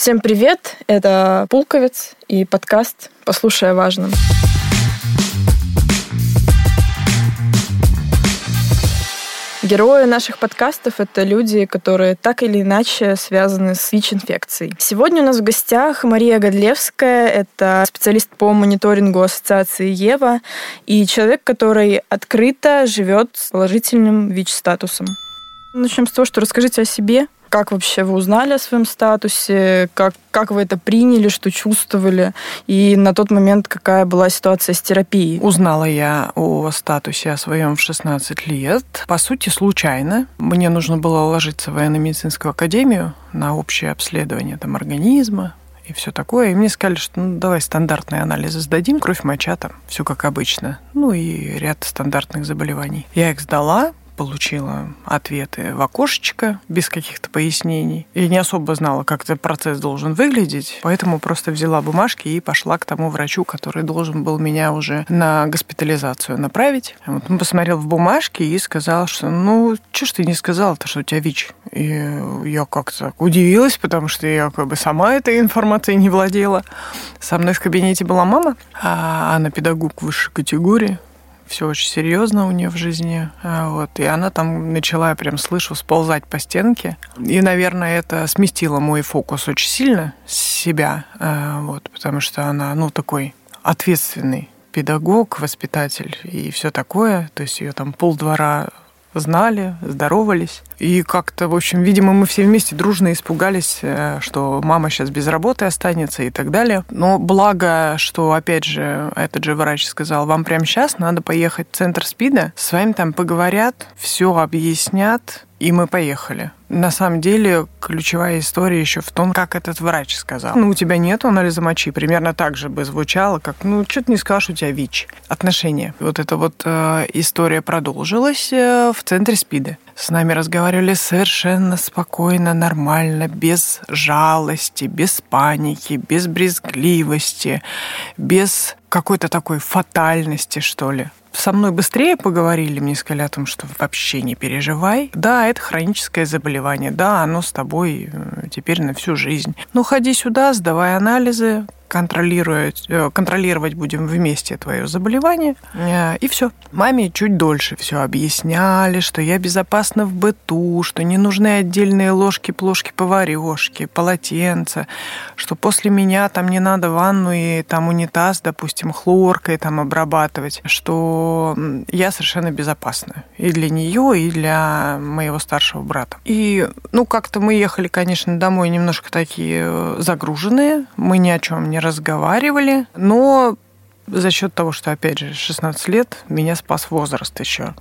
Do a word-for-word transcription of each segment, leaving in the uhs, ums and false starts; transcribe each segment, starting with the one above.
Всем привет! Это Пулковец и подкаст «Послушай о важном». Герои наших подкастов — это люди, которые так или иначе связаны с ВИЧ-инфекцией. Сегодня у нас в гостях Мария Годлевская, это специалист по мониторингу ассоциации ЕВА и человек, который открыто живет с положительным ВИЧ-статусом. Начнем с того, что расскажите о себе. Как вообще вы узнали о своем статусе? Как, как вы это приняли, что чувствовали? И на тот момент какая была ситуация с терапией? Узнала я о статусе о своем в шестнадцать лет. По сути, случайно. Мне нужно было ложиться в военно-медицинскую академию на общее обследование там, организма и все такое. И мне сказали, что ну, давай стандартные анализы сдадим. Кровь, моча, там, все как обычно. Ну и ряд стандартных заболеваний. Я их сдала. Получила ответы в окошечко без каких-то пояснений. И не особо знала, как этот процесс должен выглядеть, поэтому просто взяла бумажки и пошла к тому врачу, который должен был меня уже на госпитализацию направить. Вот он посмотрел в бумажки и сказал, что ну, что ж ты не сказала-то, что у тебя ВИЧ? И я как-то удивилась, потому что я как бы сама этой информацией не владела. Со мной в кабинете была мама, а она педагог высшей категории. Все очень серьезно у нее в жизни. Вот. И она там начала, я прям слышу, сползать по стенке. И, наверное, это сместило мой фокус очень сильно с себя. Вот. Потому что она, ну, такой ответственный педагог, воспитатель и все такое. То есть ее там полдвора знали, здоровались. И как-то, в общем, видимо, мы все вместе дружно испугались, что мама сейчас без работы останется и так далее. Но благо, что, опять же, этот же врач сказал, вам прямо сейчас надо поехать в центр СПИДа, с вами там поговорят, все объяснят, и мы поехали. На самом деле, ключевая история еще в том, как этот врач сказал. Ну, у тебя нет анализа мочи. Примерно так же бы звучало, как, ну, что ты не скажешь, у тебя ВИЧ. Отношения. Вот эта вот э, история продолжилась э, в центре СПИДа. С нами разговаривали совершенно спокойно, нормально, без жалости, без паники, без брезгливости, без какой-то такой фатальности, что ли. Со мной быстрее поговорили, мне сказали о том, что вообще не переживай. Да, это хроническое заболевание, да, оно с тобой теперь на всю жизнь. Ну, ходи сюда, сдавай анализы, контролировать, контролировать будем вместе твое заболевание. И все. Маме чуть дольше все объясняли, что я безопасна в быту, что не нужны отдельные ложки, плошки, поварёшки, полотенца, что после меня там не надо ванну и там унитаз, допустим, хлоркой там обрабатывать, что я совершенно безопасна и для нее, и для моего старшего брата. И, ну, как-то мы ехали, конечно, домой немножко такие загруженные, мы ни о чем не разговаривали, но за счет того, что, опять же, шестнадцать лет, меня спас возраст еще.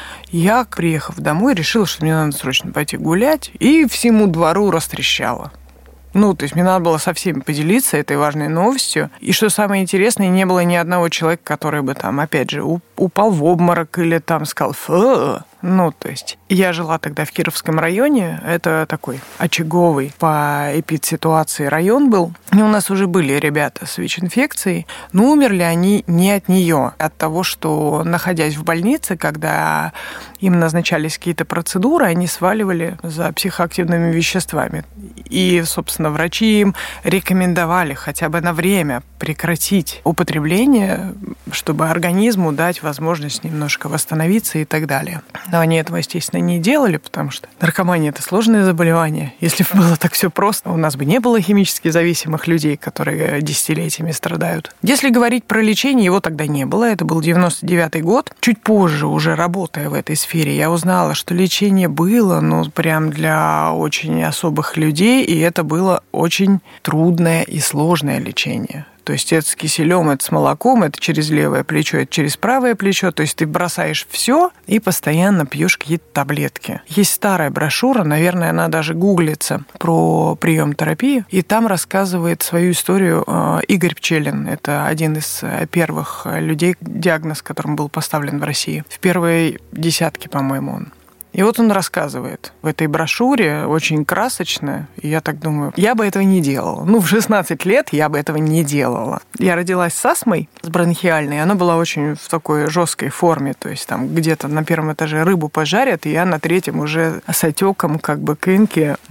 Я, приехав домой, решила, что мне надо срочно пойти гулять, и всему двору растрещала. Ну, то есть мне надо было со всеми поделиться этой важной новостью. И что самое интересное, не было ни одного человека, который бы там, опять же, упал в обморок или там сказал «фу». Ну, то есть я жила тогда в Кировском районе. Это такой очаговый по эпидситуации район был. И у нас уже были ребята с ВИЧ-инфекцией, но умерли они не от нее, а от того, что, находясь в больнице, когда им назначались какие-то процедуры, они сваливали за психоактивными веществами. И, собственно, врачи им рекомендовали хотя бы на время прекратить употребление, чтобы организму дать возможность немножко восстановиться и так далее. Но они этого, естественно, не делали, потому что наркомания – это сложное заболевание. Если бы было так все просто, у нас бы не было химически зависимых людей, которые десятилетиями страдают. Если говорить про лечение, его тогда не было. Это был девяносто девятый год. Чуть позже, уже работая в этой сфере, я узнала, что лечение было, ну, прям для очень особых людей, и это было очень трудное и сложное лечение. То есть это с киселем, это с молоком, это через левое плечо, это через правое плечо. То есть ты бросаешь все и постоянно пьешь какие-то таблетки. Есть старая брошюра, наверное, она даже гуглится, про прием терапии. И там рассказывает свою историю Игорь Пчелин. Это один из первых людей, диагноз которым был поставлен в России. В первой десятке, по-моему, он. И вот он рассказывает в этой брошюре, очень красочно, и я так думаю, я бы этого не делала. Ну, в шестнадцать лет я бы этого не делала. Я родилась с астмой, с бронхиальной, она была очень в такой жесткой форме, то есть там где-то на первом этаже рыбу пожарят, и я на третьем уже с отеком как бы к инке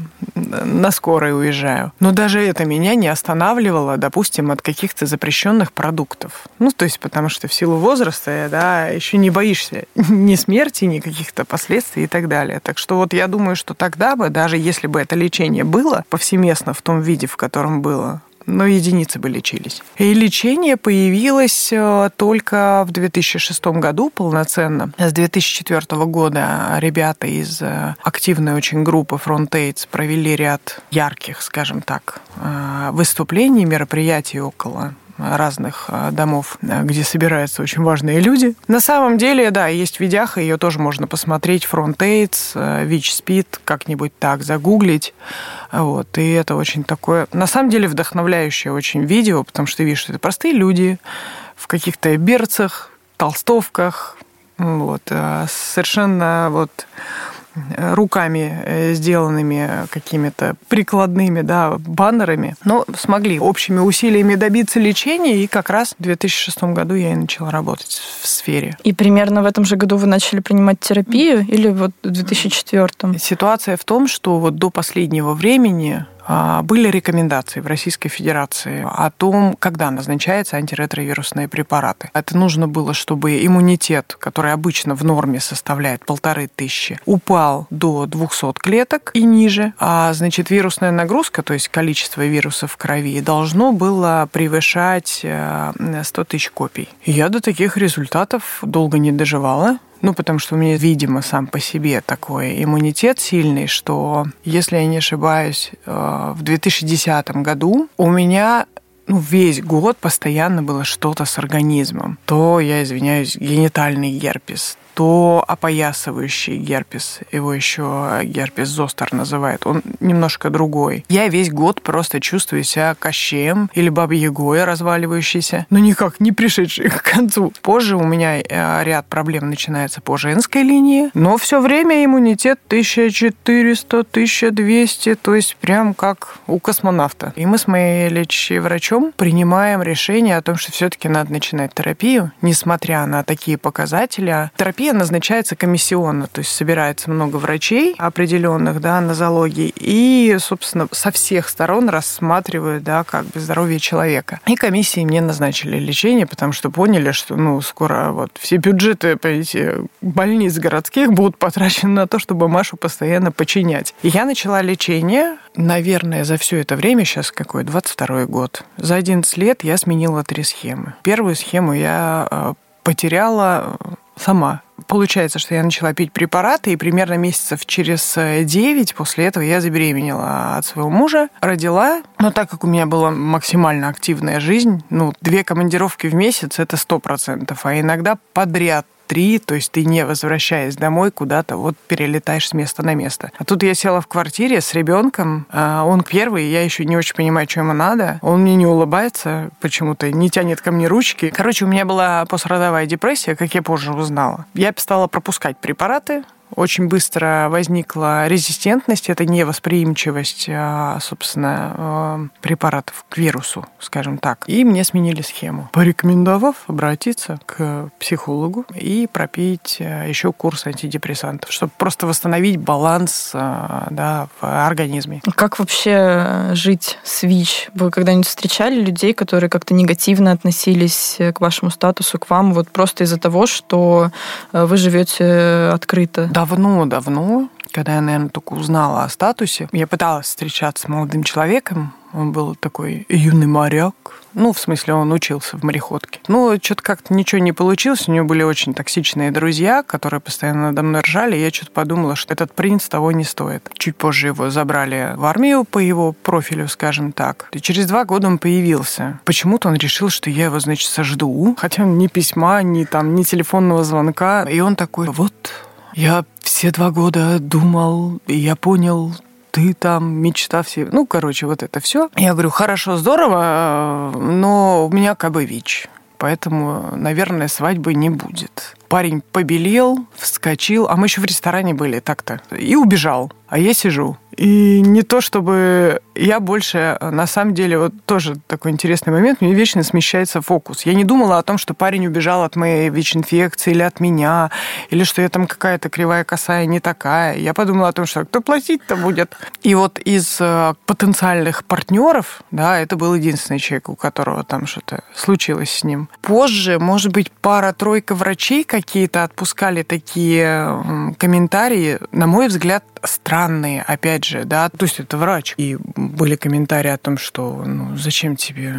на скорой уезжаю. Но даже это меня не останавливало, допустим, от каких-то запрещенных продуктов. Ну, то есть, потому что в силу возраста, да, еще не боишься ни смерти, ни каких-то последствий и так далее. Так что вот я думаю, что тогда бы, даже если бы это лечение было повсеместно в том виде, в котором было, но единицы бы лечились. И лечение появилось только в две тысячи шестом году полноценно. С две тысячи четвёртого года ребята из активной очень группы Frontaid провели ряд ярких, скажем так, выступлений, мероприятий около разных домов, где собираются очень важные люди. На самом деле, да, есть видяха, ее тоже можно посмотреть, Frontaid, ВИЧ, СПИД, как-нибудь так загуглить. Вот, и это очень такое, на самом деле, вдохновляющее очень видео, потому что ты видишь, что это простые люди в каких-то берцах, толстовках, вот, совершенно вот руками сделанными какими-то прикладными, да, баннерами, но смогли общими усилиями добиться лечения, и как раз в две тысячи шестом году я и начала работать в сфере. И примерно в этом же году вы начали принимать терапию или вот в две тысячи четвёртом? Ситуация в том, что вот до последнего времени были рекомендации в Российской Федерации о том, когда назначаются антиретровирусные препараты. Это нужно было, чтобы иммунитет, который обычно в норме составляет полторы тысячи, упал до двухсот клеток и ниже, а значит вирусная нагрузка, то есть количество вирусов в крови, должно было превышать сто тысяч копий. И я до таких результатов долго не доживала. Ну, потому что у меня, видимо, сам по себе такой иммунитет сильный, что, если я не ошибаюсь, в две тысячи десятом году у меня ну, весь год постоянно было что-то с организмом. То, я извиняюсь, генитальный герпес, то опоясывающий герпес, его еще герпес зостер называют, он немножко другой. Я весь год просто чувствую себя Кощеем или Бабой-Ягой разваливающейся, но никак не пришедшей к концу. Позже у меня ряд проблем начинается по женской линии, но все время иммунитет тысяча четыреста - тысяча двести, то есть прям как у космонавта. И мы с моей лечащей врачом принимаем решение о том, что все-таки надо начинать терапию, несмотря на такие показатели. Терапия назначается комиссионно, то есть собирается много врачей определенных, да, нозологий, и, собственно, со всех сторон рассматривают, да, как бы здоровье человека. И комиссии мне назначили лечение, потому что поняли, что, ну, скоро вот все бюджеты, понимаете, больниц городских будут потрачены на то, чтобы Машу постоянно починять. И я начала лечение, наверное, за все это время, сейчас какой, двадцать второй год, за одиннадцать лет я сменила три схемы. Первую схему я потеряла сама. Получается, что я начала пить препараты, и примерно месяцев через девять после этого я забеременела от своего мужа, родила. Но так как у меня была максимально активная жизнь, ну, две командировки в месяц – это сто процентов, а иногда подряд три, то есть ты, не возвращаясь домой, куда-то вот перелетаешь с места на место. А тут я села в квартире с ребенком, он первый, я еще не очень понимаю, что ему надо, он мне не улыбается почему-то, не тянет ко мне ручки. Короче, у меня была послеродовая депрессия, как я позже узнала. Я стала пропускать препараты, очень быстро возникла резистентность, это не восприимчивость, а, собственно, препаратов к вирусу, скажем так. И мне сменили схему, порекомендовав обратиться к психологу и пропить еще курс антидепрессантов, чтобы просто восстановить баланс, да, в организме. Как вообще жить с ВИЧ? Вы когда-нибудь встречали людей, которые как-то негативно относились к вашему статусу, к вам, вот просто из-за того, что вы живете открыто? Давно-давно, когда я, наверное, только узнала о статусе, я пыталась встречаться с молодым человеком. Он был такой юный моряк. Ну, в смысле, он учился в мореходке. Ну, что-то как-то ничего не получилось. У него были очень токсичные друзья, которые постоянно надо мной ржали. И я что-то подумала, что этот принц того не стоит. Чуть позже его забрали в армию по его профилю, скажем так. И через два года он появился. Почему-то он решил, что я его, значит, сожду. Хотя ни письма, ни там, ни телефонного звонка. И он такой: вот, я все два года думал, и я понял, ты там, мечта все. Ну, короче, вот это все. Я говорю: хорошо, здорово, но у меня как бы ВИЧ, поэтому, наверное, свадьбы не будет. Парень побелел, вскочил, а мы еще в ресторане были так-то, и убежал. А я сижу. И не то чтобы... Я больше, на самом деле, вот тоже такой интересный момент, мне вечно смещается фокус. Я не думала о том, что парень убежал от моей ВИЧ-инфекции или от меня, или что я там какая-то кривая косая не такая. Я подумала о том, что кто платить-то будет. И вот из потенциальных партнеров, да, это был единственный человек, у которого там что-то случилось с ним. Позже, может быть, пара-тройка врачей какие-то отпускали такие комментарии, на мой взгляд, странные, опять же, да, то есть это врач. И были комментарии о том, что ну, зачем тебе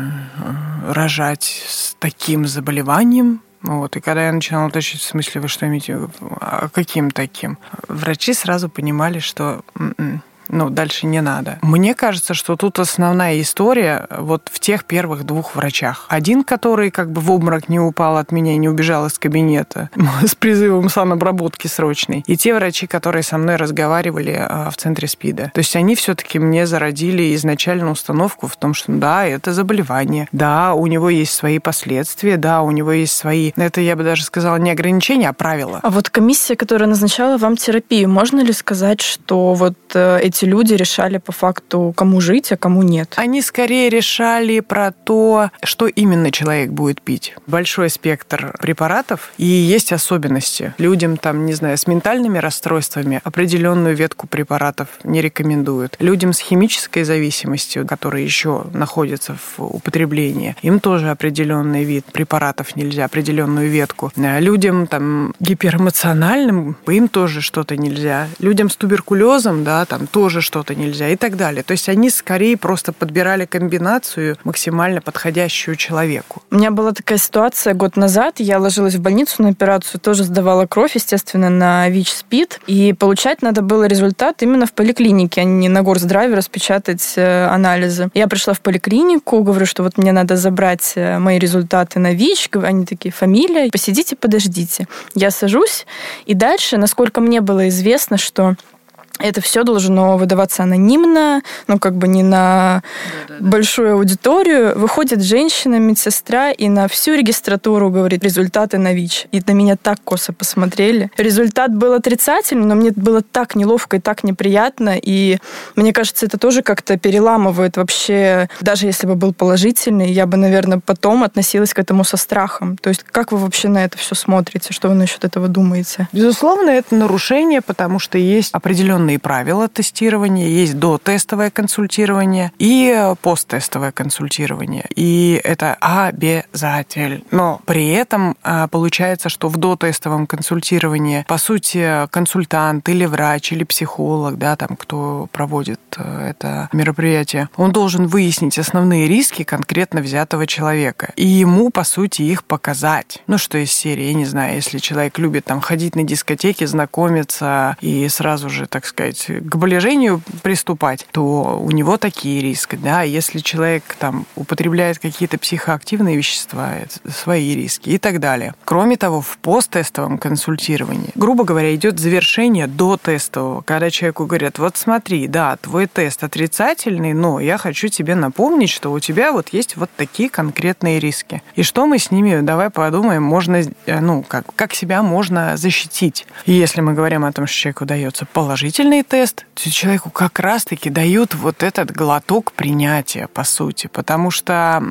рожать с таким заболеванием. Вот. И когда я начинала уточнять, в смысле, вы что имеете, а каким таким? Врачи сразу понимали, что... ну, дальше не надо. Мне кажется, что тут основная история вот в тех первых двух врачах. Один, который как бы в обморок не упал от меня и не убежал из кабинета с призывом санобработки срочной. И те врачи, которые со мной разговаривали в центре СПИДа. То есть они все-таки мне зародили изначально установку в том, что да, это заболевание, да, у него есть свои последствия, да, у него есть свои, это я бы даже сказала, не ограничения, а правила. А вот комиссия, которая назначала вам терапию, можно ли сказать, что вот эти люди решали по факту, кому жить, а кому нет? Они скорее решали про то, что именно человек будет пить. Большой спектр препаратов, и есть особенности. Людям, там, не знаю, с ментальными расстройствами определенную ветку препаратов не рекомендуют. Людям с химической зависимостью, которые еще находятся в употреблении, им тоже определенный вид препаратов нельзя, определенную ветку. Людям там гиперэмоциональным, им тоже что-то нельзя. Людям с туберкулезом, да, там тоже тоже что-то нельзя и так далее. То есть они скорее просто подбирали комбинацию максимально подходящую человеку. У меня была такая ситуация год назад. Я ложилась в больницу на операцию, тоже сдавала кровь, естественно, на ВИЧ-СПИД. И получать надо было результат именно в поликлинике, а не на Горздраве распечатать анализы. Я пришла в поликлинику, говорю, что вот мне надо забрать мои результаты на ВИЧ. Они такие, фамилия, посидите, подождите. Я сажусь, и дальше, насколько мне было известно, что это все должно выдаваться анонимно, ну, как бы не на да, да, да. большую аудиторию. Выходит женщина, медсестра, и на всю регистратуру говорит результаты на ВИЧ. И на меня так косо посмотрели. Результат был отрицательный, но мне было так неловко и так неприятно. И мне кажется, это тоже как-то переламывает вообще. Даже если бы был положительный, я бы, наверное, потом относилась к этому со страхом. То есть как вы вообще на это все смотрите? Что вы насчет этого думаете? Безусловно, это нарушение, потому что есть определенные правила тестирования, есть дотестовое консультирование и посттестовое консультирование. И это обязательно. Но при этом получается, что в дотестовом консультировании, по сути, консультант или врач, или психолог, да, там, кто проводит это мероприятие, он должен выяснить основные риски конкретно взятого человека. И ему, по сути, их показать. Ну, что из серии, я не знаю, если человек любит там ходить на дискотеки, знакомиться и сразу же, так сказать, к ближению приступать, то у него такие риски, да, если человек там употребляет какие-то психоактивные вещества, свои риски и так далее. Кроме того, в посттестовом консультировании, грубо говоря, идет завершение до тестового, когда человеку говорят, вот смотри, да, твой тест отрицательный, но я хочу тебе напомнить, что у тебя вот есть вот такие конкретные риски. И что мы с ними, давай подумаем, можно, ну, как, как себя можно защитить. И если мы говорим о том, что человеку дается положительный тест, то человеку как раз-таки дают вот этот глоток принятия, по сути, потому что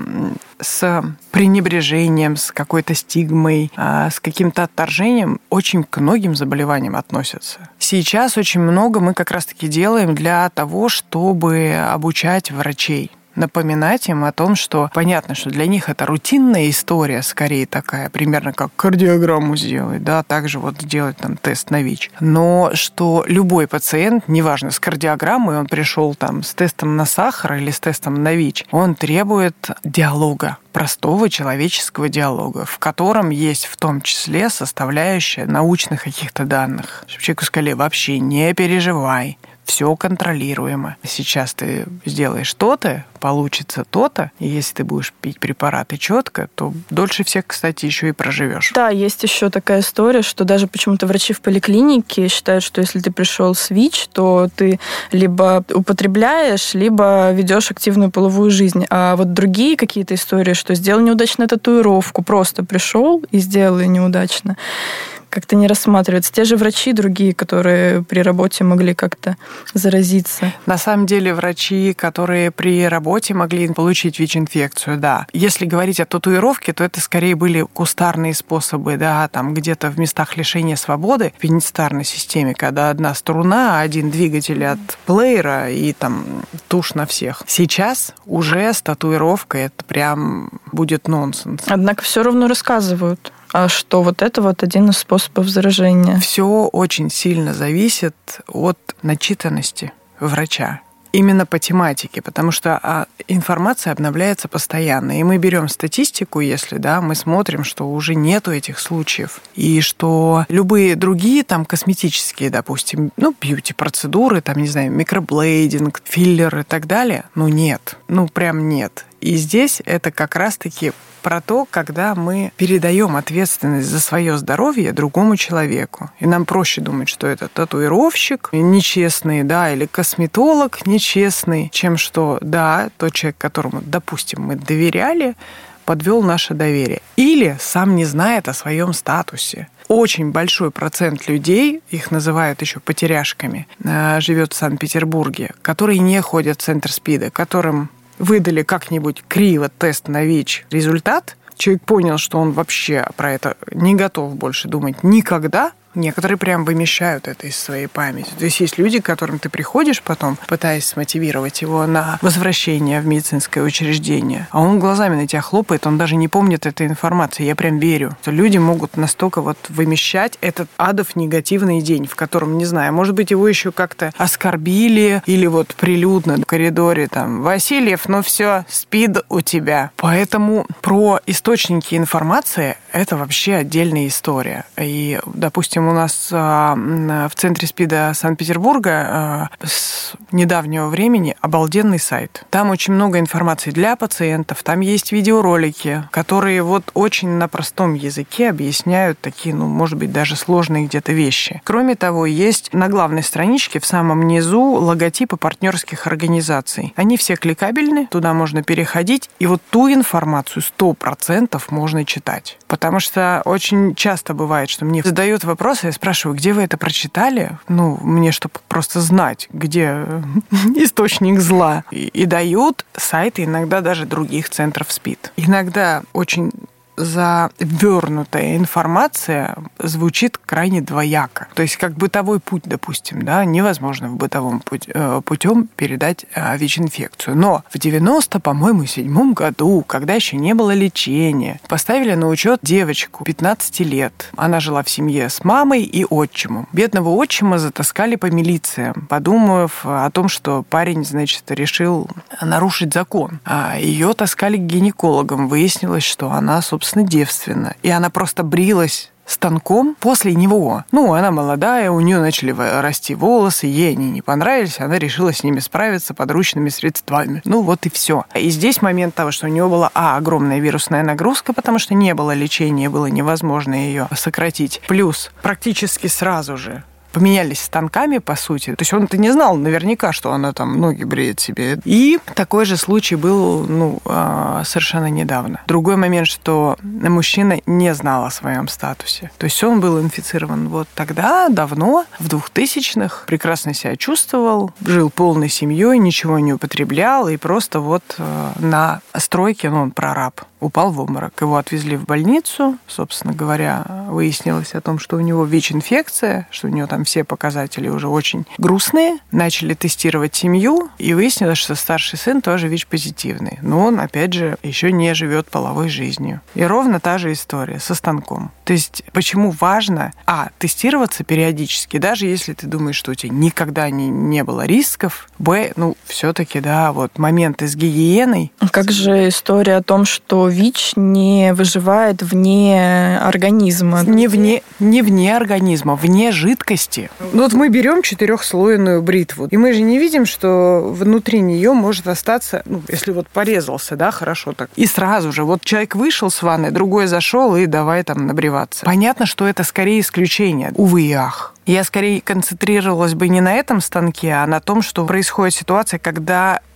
с пренебрежением, с какой-то стигмой, с каким-то отторжением очень к многим заболеваниям относятся. Сейчас очень много мы как раз-таки делаем для того, чтобы обучать врачей. Напоминать им о том, что понятно, что для них это рутинная история, скорее такая, примерно как кардиограмму сделать, да, также вот сделать там тест на ВИЧ. Но что любой пациент, неважно, с кардиограммой, он пришел там с тестом на сахар или с тестом на ВИЧ, он требует диалога, простого человеческого диалога, в котором есть в том числе составляющая научных каких-то данных. Чтобы человеку сказали, вообще не переживай, все контролируемо. Сейчас ты сделаешь то-то, получится то-то, и если ты будешь пить препараты четко, то дольше всех, кстати, еще и проживешь. Да, есть еще такая история, что даже почему-то врачи в поликлинике считают, что если ты пришел с ВИЧ, то ты либо употребляешь, либо ведешь активную половую жизнь. А вот другие какие-то истории, что сделал неудачно татуировку, просто пришел и сделал ее неудачно. как-то не рассматривается. Те же врачи другие, которые при работе могли как-то заразиться. На самом деле врачи, которые при работе могли получить ВИЧ-инфекцию, да. Если говорить о татуировке, то это скорее были кустарные способы, да, там где-то в местах лишения свободы, в пенитенциарной системе, когда одна струна, один двигатель от плеера и там тушь на всех. Сейчас уже с татуировкой это прям будет нонсенс. Однако все равно рассказывают, что вот это вот один из способов заражения. Все очень сильно зависит от начитанности врача. Именно по тематике, потому что информация обновляется постоянно. И мы берем статистику, если да, мы смотрим, что уже нету этих случаев. И что любые другие там косметические, допустим, ну, бьюти-процедуры, там, не знаю, микроблейдинг, филлер и так далее, ну, нет. Ну, прям нет. И здесь это как раз-таки про то, когда мы передаем ответственность за свое здоровье другому человеку. И нам проще думать, что это татуировщик нечестный, да, или косметолог нечестный, чем что, да, тот человек, которому, допустим, мы доверяли, подвел наше доверие. Или сам не знает о своем статусе. Очень большой процент людей, их называют еще потеряшками, живет в Санкт-Петербурге, которые не ходят в центр СПИДа, которым выдали как-нибудь криво тест на ВИЧ результат, человек понял, что он вообще про это не готов больше думать никогда, некоторые прям вымещают это из своей памяти. То есть есть люди, к которым ты приходишь потом, пытаясь смотивировать его на возвращение в медицинское учреждение, а он глазами на тебя хлопает, он даже не помнит этой информации. Я прям верю, что люди могут настолько вот вымещать этот адов негативный день, в котором, не знаю, может быть, его еще как-то оскорбили или вот прилюдно в коридоре там: «Васильев, ну все, СПИД у тебя». Поэтому про источники информации это вообще отдельная история. И, допустим, у нас в центре СПИДа Санкт-Петербурга с недавнего времени обалденный сайт. Там очень много информации для пациентов, там есть видеоролики, которые вот очень на простом языке объясняют такие, ну, может быть, даже сложные где-то вещи. Кроме того, есть на главной страничке в самом низу логотипы партнерских организаций. Они все кликабельны, туда можно переходить, и вот ту информацию сто процентов можно читать. Потому что очень часто бывает, что мне задают вопрос, я спрашиваю, где вы это прочитали? Ну, мне, чтобы просто знать, где источник зла. И, и дают сайты иногда даже других центров СПИД. Иногда очень завернутая информация звучит крайне двояко. То есть как бытовой путь, допустим, да, невозможно в бытовом путь, э, путем передать э, ВИЧ-инфекцию. Но в девяносто, по-моему, седьмом году, когда еще не было лечения, поставили на учет девочку пятнадцати лет. Она жила в семье с мамой и отчимом. Бедного отчима затаскали по милициям, подумав о том, что парень, значит, решил нарушить закон. А ее таскали к гинекологам. Выяснилось, что она, собственно, девственна. И она просто брилась станком после него. Ну, она молодая, у нее начали расти волосы, ей они не понравились, она решила с ними справиться подручными средствами. Ну, вот и все. И здесь момент того, что у нее была, а, огромная вирусная нагрузка, потому что не было лечения, было невозможно ее сократить. Плюс практически сразу же поменялись станками, по сути. То есть он-то не знал наверняка, что она там ноги бреет себе. И такой же случай был, ну, совершенно недавно. Другой момент, что мужчина не знал о своем статусе. То есть он был инфицирован вот тогда, давно, в двухтысячных, прекрасно себя чувствовал, жил полной семьей, ничего не употреблял, и просто вот на стройке, ну, он прораб, упал в обморок. Его отвезли в больницу, собственно говоря, выяснилось о том, что у него ВИЧ-инфекция, что у него там все показатели уже очень грустные. Начали тестировать семью, и выяснилось, что старший сын тоже ВИЧ-позитивный. Но он, опять же, еще не живет половой жизнью. И ровно та же история со станком. То есть почему важно, а, тестироваться периодически, даже если ты думаешь, что у тебя никогда не, не было рисков, б, ну, все-таки, да, вот моменты с гигиеной. Как же история о том, что ВИЧ не выживает вне организма? Не вне, не вне организма, вне жидкости. Ну вот мы берем четырехслойную бритву, и мы же не видим, что внутри нее может остаться, ну, если вот порезался, да, хорошо так, и сразу же вот человек вышел с ванной, другой зашел и давай там набриваться. Понятно, что это скорее исключение, увы и ах. Я скорее концентрировалась бы не на этом станке, а на том, что происходит ситуация, когда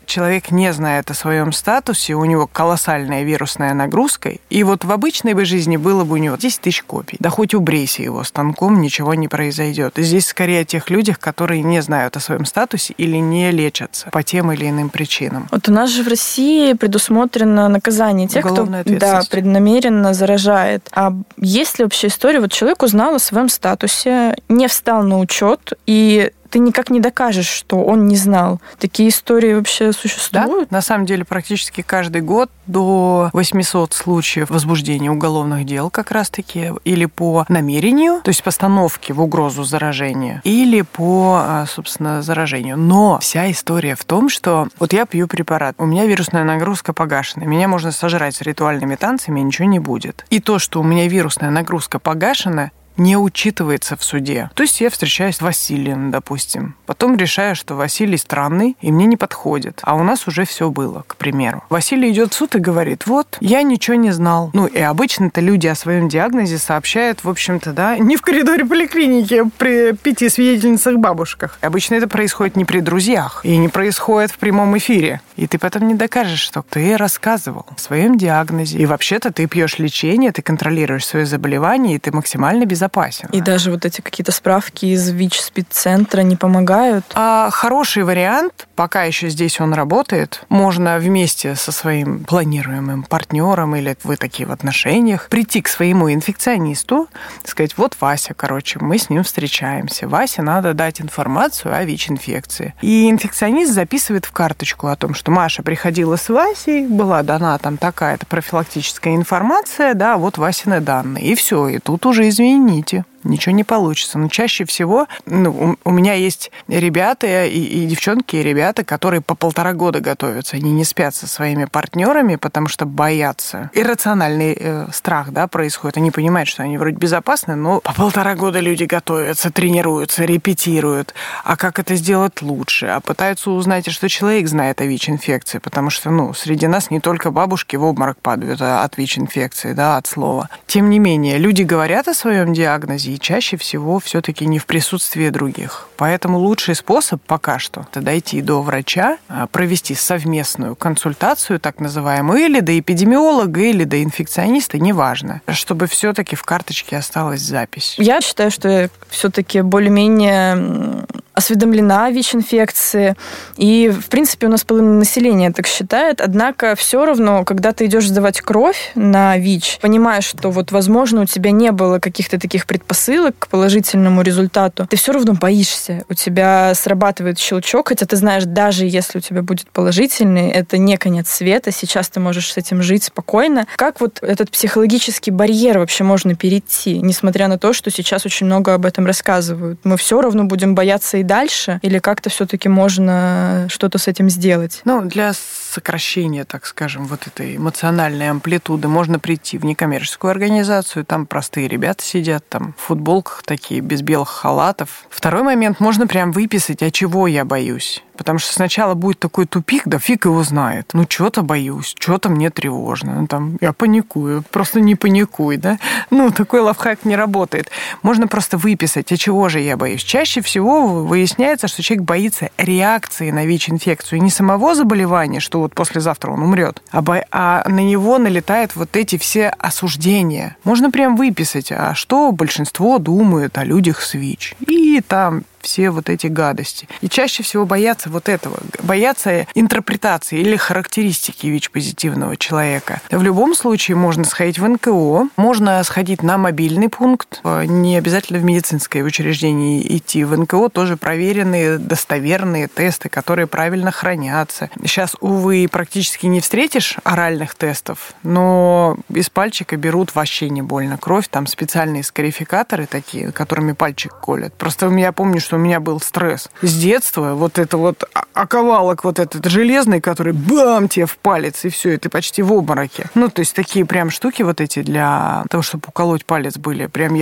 человек не знает о своем статусе, у него колоссальная вирусная нагрузка, и вот в обычной бы жизни было бы у него десять тысяч копий. Да хоть убрейся его станком, ничего не произойдет. И здесь скорее о тех людях, которые не знают о своем статусе или не лечатся по тем или иным причинам. Вот у нас же в России предусмотрено наказание тех, кто да, преднамеренно заражает. А есть ли вообще история, вот человек узнал о своем статусе, не встал на учет, и ты никак не докажешь, что он не знал. Такие истории вообще существуют? Да, на самом деле практически каждый год до восемьсот случаев возбуждения уголовных дел как раз-таки или по намерению, то есть постановке в угрозу заражения, или по, собственно, заражению. Но вся история в том, что вот я пью препарат, у меня вирусная нагрузка погашена, меня можно сожрать с ритуальными танцами, и ничего не будет. И то, что у меня вирусная нагрузка погашена, не учитывается в суде. То есть я встречаюсь с Василием, допустим. Потом решаю, что Василий странный и мне не подходит. А у нас уже все было, к примеру. Василий идет в суд и говорит: вот, я ничего не знал. Ну, и обычно-то люди о своем диагнозе сообщают, в общем-то, да, не в коридоре поликлиники при пяти свидетельницах-бабушках. Обычно это происходит не при друзьях и не происходит в прямом эфире. И ты потом не докажешь, что ты рассказывал о своем диагнозе. И вообще-то ты пьешь лечение, ты контролируешь свое заболевание, и ты максимально безопасен. Опасен. И даже вот эти какие-то справки из ВИЧ-спеццентра не помогают? А хороший вариант, пока еще здесь он работает, можно вместе со своим планируемым партнером или вы такие в отношениях прийти к своему инфекционисту, сказать: вот Вася, короче, мы с ним встречаемся. Васе надо дать информацию о ВИЧ-инфекции. И инфекционист записывает в карточку о том, что Маша приходила с Васей, была дана там такая-то профилактическая информация, да, вот Васины данные. И все, и тут уже извини. Ничего не получится. Но чаще всего ну, у, у меня есть ребята и, и девчонки, и ребята, которые по полтора года готовятся. Они не спят со своими партнерами, потому что боятся. Иррациональный э, страх, да, происходит. Они понимают, что они вроде безопасны, но по полтора года люди готовятся, тренируются, репетируют. А как это сделать лучше? А пытаются узнать, что человек знает о ВИЧ-инфекции, потому что ну, среди нас не только бабушки в обморок падают от ВИЧ-инфекции, да, от слова. Тем не менее, люди говорят о своем диагнозе, и чаще всего все-таки не в присутствии других. Поэтому лучший способ пока что – это дойти до врача, провести совместную консультацию, так называемую, или до эпидемиолога, или до инфекциониста, неважно, чтобы все-таки в карточке осталась запись. Я считаю, что я все-таки более-менее осведомлена о ВИЧ-инфекции, и, в принципе, у нас половина населения так считает, однако все равно, когда ты идешь сдавать кровь на ВИЧ, понимаешь, что вот, возможно, у тебя не было каких-то таких предпосылок к положительному результату, ты все равно боишься, у тебя срабатывает щелчок, хотя ты знаешь, даже если у тебя будет положительный, это не конец света, сейчас ты можешь с этим жить спокойно. Как вот этот психологический барьер вообще можно перейти, несмотря на то, что сейчас очень много об этом рассказывают? Мы все равно будем бояться и дальше, или как-то все-таки можно что-то с этим сделать? Ну, для сокращения, так скажем, вот этой эмоциональной амплитуды можно прийти в некоммерческую организацию, там простые ребята сидят, там в футболках такие, без белых халатов. Второй момент, можно прям выписать, а чего я боюсь. Потому что сначала будет такой тупик, да фиг его знает. Ну, что-то боюсь, что-то мне тревожно. Ну, там, я паникую, просто не паникуй, да? Ну, такой лайфхак не работает. Можно просто выписать, а чего же я боюсь. Чаще всего выясняется, что человек боится реакции на ВИЧ-инфекцию. Не самого заболевания, что вот послезавтра он умрет, а, бо... а на него налетают вот эти все осуждения. Можно прям выписать, а что большинство думают о людях с ВИЧ. И там все вот эти гадости. И чаще всего боятся вот этого, боятся интерпретации или характеристики ВИЧ-позитивного человека. В любом случае можно сходить в эн ка о, можно сходить на мобильный пункт, не обязательно в медицинское учреждение идти. В эн ка о тоже проверенные, достоверные тесты, которые правильно хранятся. Сейчас, увы, практически не встретишь оральных тестов, но из пальчика берут вообще не больно кровь, там специальные скарификаторы такие, которыми пальчик колят. Просто я помню, что у меня был стресс. С детства вот это вот оковалок вот этот железный, который бам тебе в палец, и все, и ты почти в обмороке. Ну, то есть такие прям штуки вот эти для того, чтобы уколоть палец были. Прям я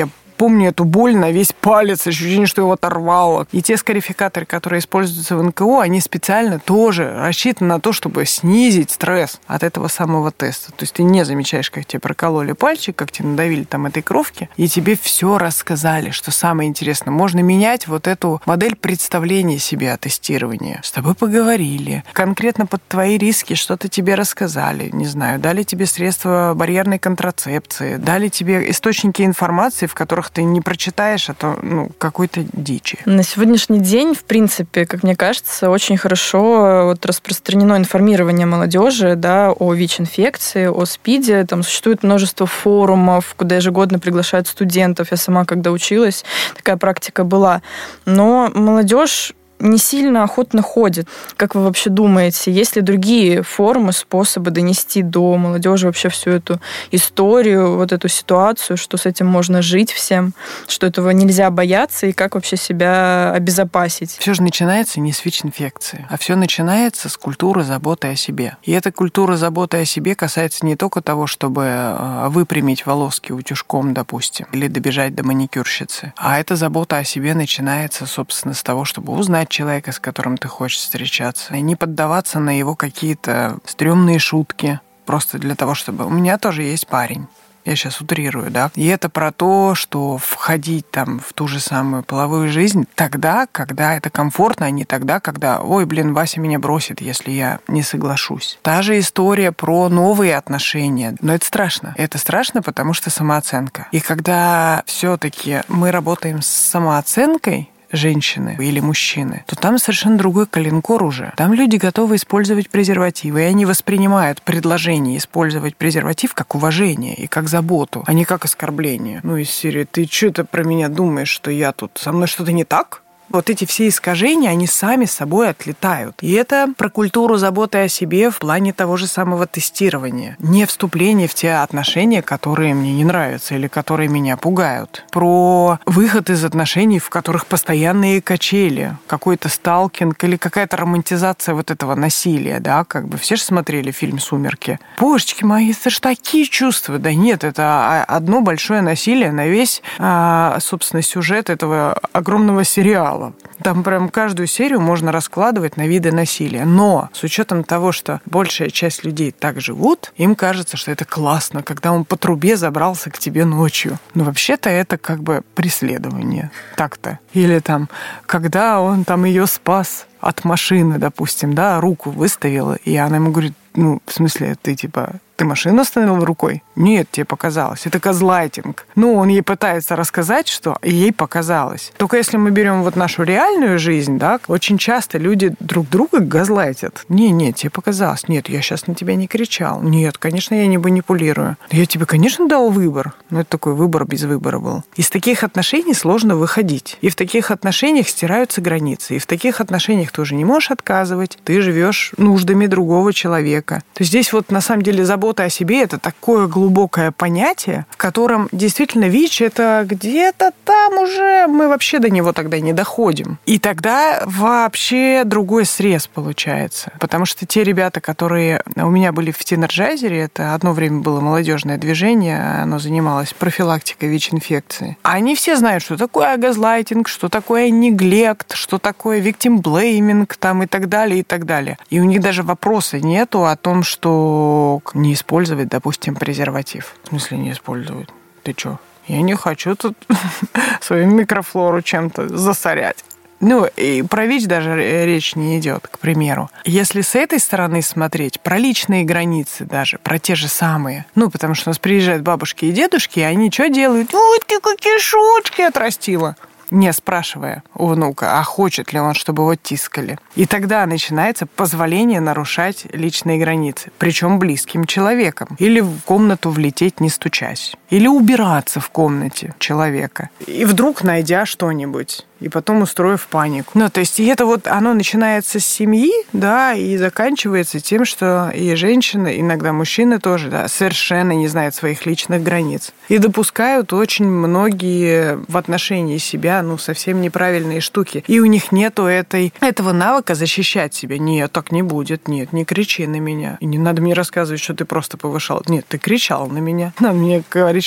помню эту боль на весь палец, ощущение, что его оторвало. И те скарификаторы, которые используются в эн ка о, они специально тоже рассчитаны на то, чтобы снизить стресс от этого самого теста. То есть ты не замечаешь, как тебе прокололи пальчик, как тебе надавили там этой кровки, и тебе все рассказали, что самое интересное. Можно менять вот эту модель представления себе о тестировании. С тобой поговорили, конкретно под твои риски что-то тебе рассказали, не знаю, дали тебе средства барьерной контрацепции, дали тебе источники информации, в которых ты не прочитаешь, а то ну, какой-то дичи. На сегодняшний день, в принципе, как мне кажется, очень хорошо вот распространено информирование молодежи, да, о ВИЧ-инфекции, о СПИДе. Там существует множество форумов, куда ежегодно приглашают студентов. Я сама, когда училась, такая практика была. Но молодежь не сильно охотно ходит. Как вы вообще думаете, есть ли другие формы, способы донести до молодежи вообще всю эту историю, вот эту ситуацию, что с этим можно жить всем, что этого нельзя бояться и как вообще себя обезопасить? Все же начинается не с ВИЧ-инфекции, а все начинается с культуры заботы о себе. И эта культура заботы о себе касается не только того, чтобы выпрямить волоски утюжком, допустим, или добежать до маникюрщицы, а эта забота о себе начинается, собственно, с того, чтобы узнать человека, с которым ты хочешь встречаться, и не поддаваться на его какие-то стрёмные шутки, просто для того, чтобы... У меня тоже есть парень. Я сейчас утрирую, да? И это про то, что входить там в ту же самую половую жизнь тогда, когда это комфортно, а не тогда, когда, ой, блин, Вася меня бросит, если я не соглашусь. Та же история про новые отношения. Но это страшно. Это страшно, потому что самооценка. И когда все-таки мы работаем с самооценкой, женщины или мужчины, то там совершенно другой калинкор уже. Там люди готовы использовать презервативы, и они воспринимают предложение использовать презерватив как уважение и как заботу, а не как оскорбление. Ну, из серии «Ты что-то про меня думаешь, что я тут... Со мной что-то не так?» Вот эти все искажения, они сами с собой отлетают. И это про культуру заботы о себе в плане того же самого тестирования. Не вступление в те отношения, которые мне не нравятся или которые меня пугают. Про выход из отношений, в которых постоянные качели, какой-то сталкинг или какая-то романтизация вот этого насилия, да, как бы все же смотрели фильм «Сумерки». Божечки мои, это ж такие чувства. Да нет, это одно большое насилие на весь, собственно, сюжет этого огромного сериала. Там прям каждую серию можно раскладывать на виды насилия. Но с учетом того, что большая часть людей так живут, им кажется, что это классно, когда он по трубе забрался к тебе ночью. Но вообще-то это как бы преследование. Так-то. Или там, когда он там ее спас от машины, допустим, да, руку выставила, и она ему говорит, ну, в смысле, ты типа... Ты машину остановил рукой? Нет, тебе показалось. Это газлайтинг. Ну, он ей пытается рассказать, что ей показалось. Только если мы берем вот нашу реальную жизнь, да, очень часто люди друг друга газлайтят. Не, нет, тебе показалось. Нет, я сейчас на тебя не кричал. Нет, конечно, я не манипулирую. Я тебе, конечно, дал выбор. Но это такой выбор без выбора был. Из таких отношений сложно выходить. И в таких отношениях стираются границы. И в таких отношениях ты уже не можешь отказывать. Ты живешь нуждами другого человека. То есть здесь вот на самом деле забота Забота о себе – это такое глубокое понятие, в котором действительно ВИЧ – это где-то там уже, мы вообще до него тогда не доходим. И тогда вообще другой срез получается. Потому что те ребята, которые у меня были в Тинерджайзере, это одно время было молодежное движение, оно занималось профилактикой ВИЧ-инфекции. Они все знают, что такое газлайтинг, что такое неглект, что такое виктимблейминг там и так далее, и так далее. И у них даже вопроса нету о том, что не использовать, допустим, презерватив. В смысле не использовать? Ты чё? Я не хочу тут свою микрофлору чем-то засорять. Ну, и про ВИЧ даже речь не идет, к примеру. Если с этой стороны смотреть, про личные границы даже, про те же самые. Ну, потому что у нас приезжают бабушки и дедушки, и они что делают? Ой, ты какие шутки отрастила. Не спрашивая у внука, а хочет ли он, чтобы его тискали. И тогда начинается позволение нарушать личные границы, причем близким человеком. Или в комнату влететь, не стучась. Или убираться в комнате человека. И вдруг найдя что-нибудь. И потом устроив панику. Ну, то есть, и это вот, оно начинается с семьи, да, и заканчивается тем, что и женщины, иногда мужчины тоже, да, совершенно не знают своих личных границ. И допускают очень многие в отношении себя, ну, совсем неправильные штуки. И у них нету этой, этого навыка защищать себя. Нет, так не будет, нет, не кричи на меня. И не надо мне рассказывать, что ты просто повышал. Нет, ты кричал на меня. Надо мне говорить, что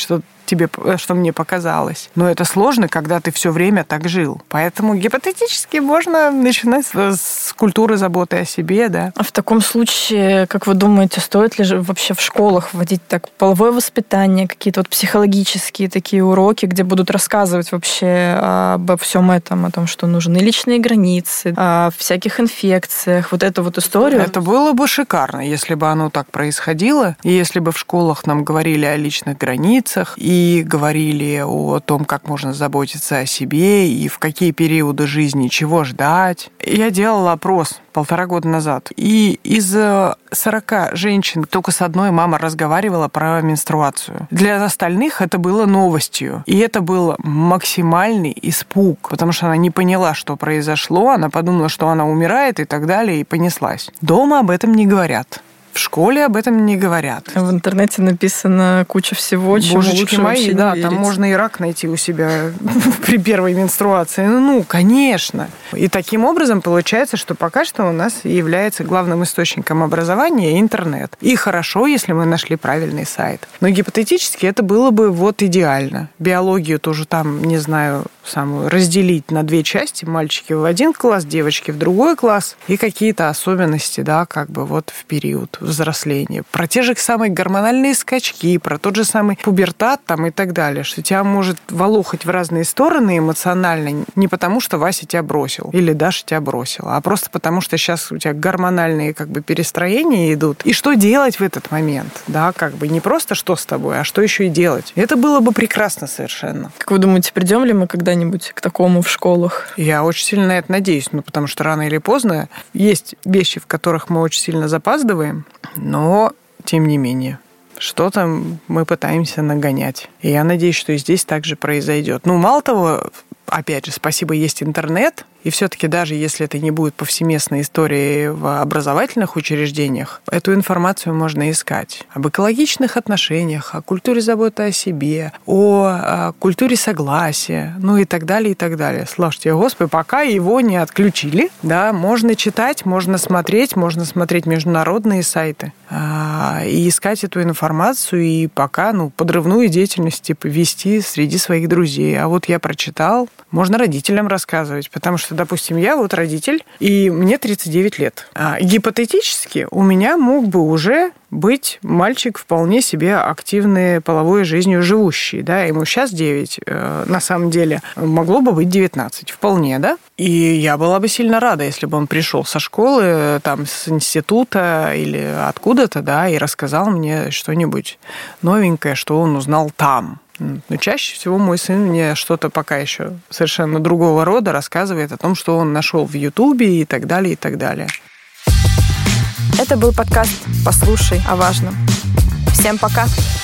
тебе, что мне показалось. Но это сложно, когда ты все время так жил. Поэтому гипотетически можно начинать с культуры заботы о себе, да. А в таком случае, как вы думаете, стоит ли же вообще в школах вводить так половое воспитание, какие-то вот психологические такие уроки, где будут рассказывать вообще обо всем этом, о том, что нужны личные границы, о всяких инфекциях, вот эту вот историю? Это было бы шикарно, если бы оно так происходило, и если бы в школах нам говорили о личных границах и говорили о том, как можно заботиться о себе и в какие периоды жизни чего ждать. Я делала опрос полтора года назад, и из сорока женщин только с одной мама разговаривала про менструацию. Для остальных это было новостью, и это был максимальный испуг, потому что она не поняла, что произошло, она подумала, что она умирает и так далее, и понеслась. Дома об этом не говорят. В школе об этом не говорят. В интернете написано куча всего, чему лучше мои, да, не там верить. можно и рак найти у себя при первой менструации. Ну, конечно. И таким образом получается, что пока что у нас является главным источником образования интернет. И хорошо, если мы нашли правильный сайт. Но гипотетически это было бы вот идеально. Биологию тоже там, не знаю, самую разделить на две части. Мальчики в один класс, девочки в другой класс. И какие-то особенности, да, как бы вот в период взросления, про те же самые гормональные скачки, про тот же самый пубертат там и так далее, что тебя может волохать в разные стороны эмоционально не потому, что Вася тебя бросил или Даша тебя бросила, а просто потому, что сейчас у тебя гормональные как бы перестроения идут. И что делать в этот момент? Да, как бы не просто что с тобой, а что еще и делать. Это было бы прекрасно совершенно. Как вы думаете, придем ли мы когда-нибудь к такому в школах? Я очень сильно на это надеюсь, ну, потому что рано или поздно есть вещи, в которых мы очень сильно запаздываем, но, тем не менее, что-то мы пытаемся нагонять. И я надеюсь, что и здесь также произойдет. Ну, мало того, опять же, спасибо, есть интернет, и все-таки даже если это не будет повсеместной историей в образовательных учреждениях, эту информацию можно искать. Об экологичных отношениях, о культуре заботы о себе, о культуре согласия, ну и так далее, и так далее. Слушайте, Господи, пока его не отключили, да, можно читать, можно смотреть, можно смотреть международные сайты и искать эту информацию, и пока, ну, подрывную деятельность типа вести среди своих друзей. А вот я прочитал, можно родителям рассказывать, потому что, допустим, я вот родитель, и мне тридцать девять лет. А гипотетически у меня мог бы уже быть мальчик вполне себе активной половой жизнью живущий, да, ему сейчас девять, на самом деле могло бы быть девятнадцать, вполне, да, и я была бы сильно рада, если бы он пришел со школы, там, с института или откуда-то, да, и рассказал мне что-нибудь новенькое, что он узнал там. Но чаще всего мой сын мне что-то пока еще совершенно другого рода рассказывает о том, что он нашел в Ютубе и так далее, и так далее. Это был подкаст «Послушай о важном». Всем пока!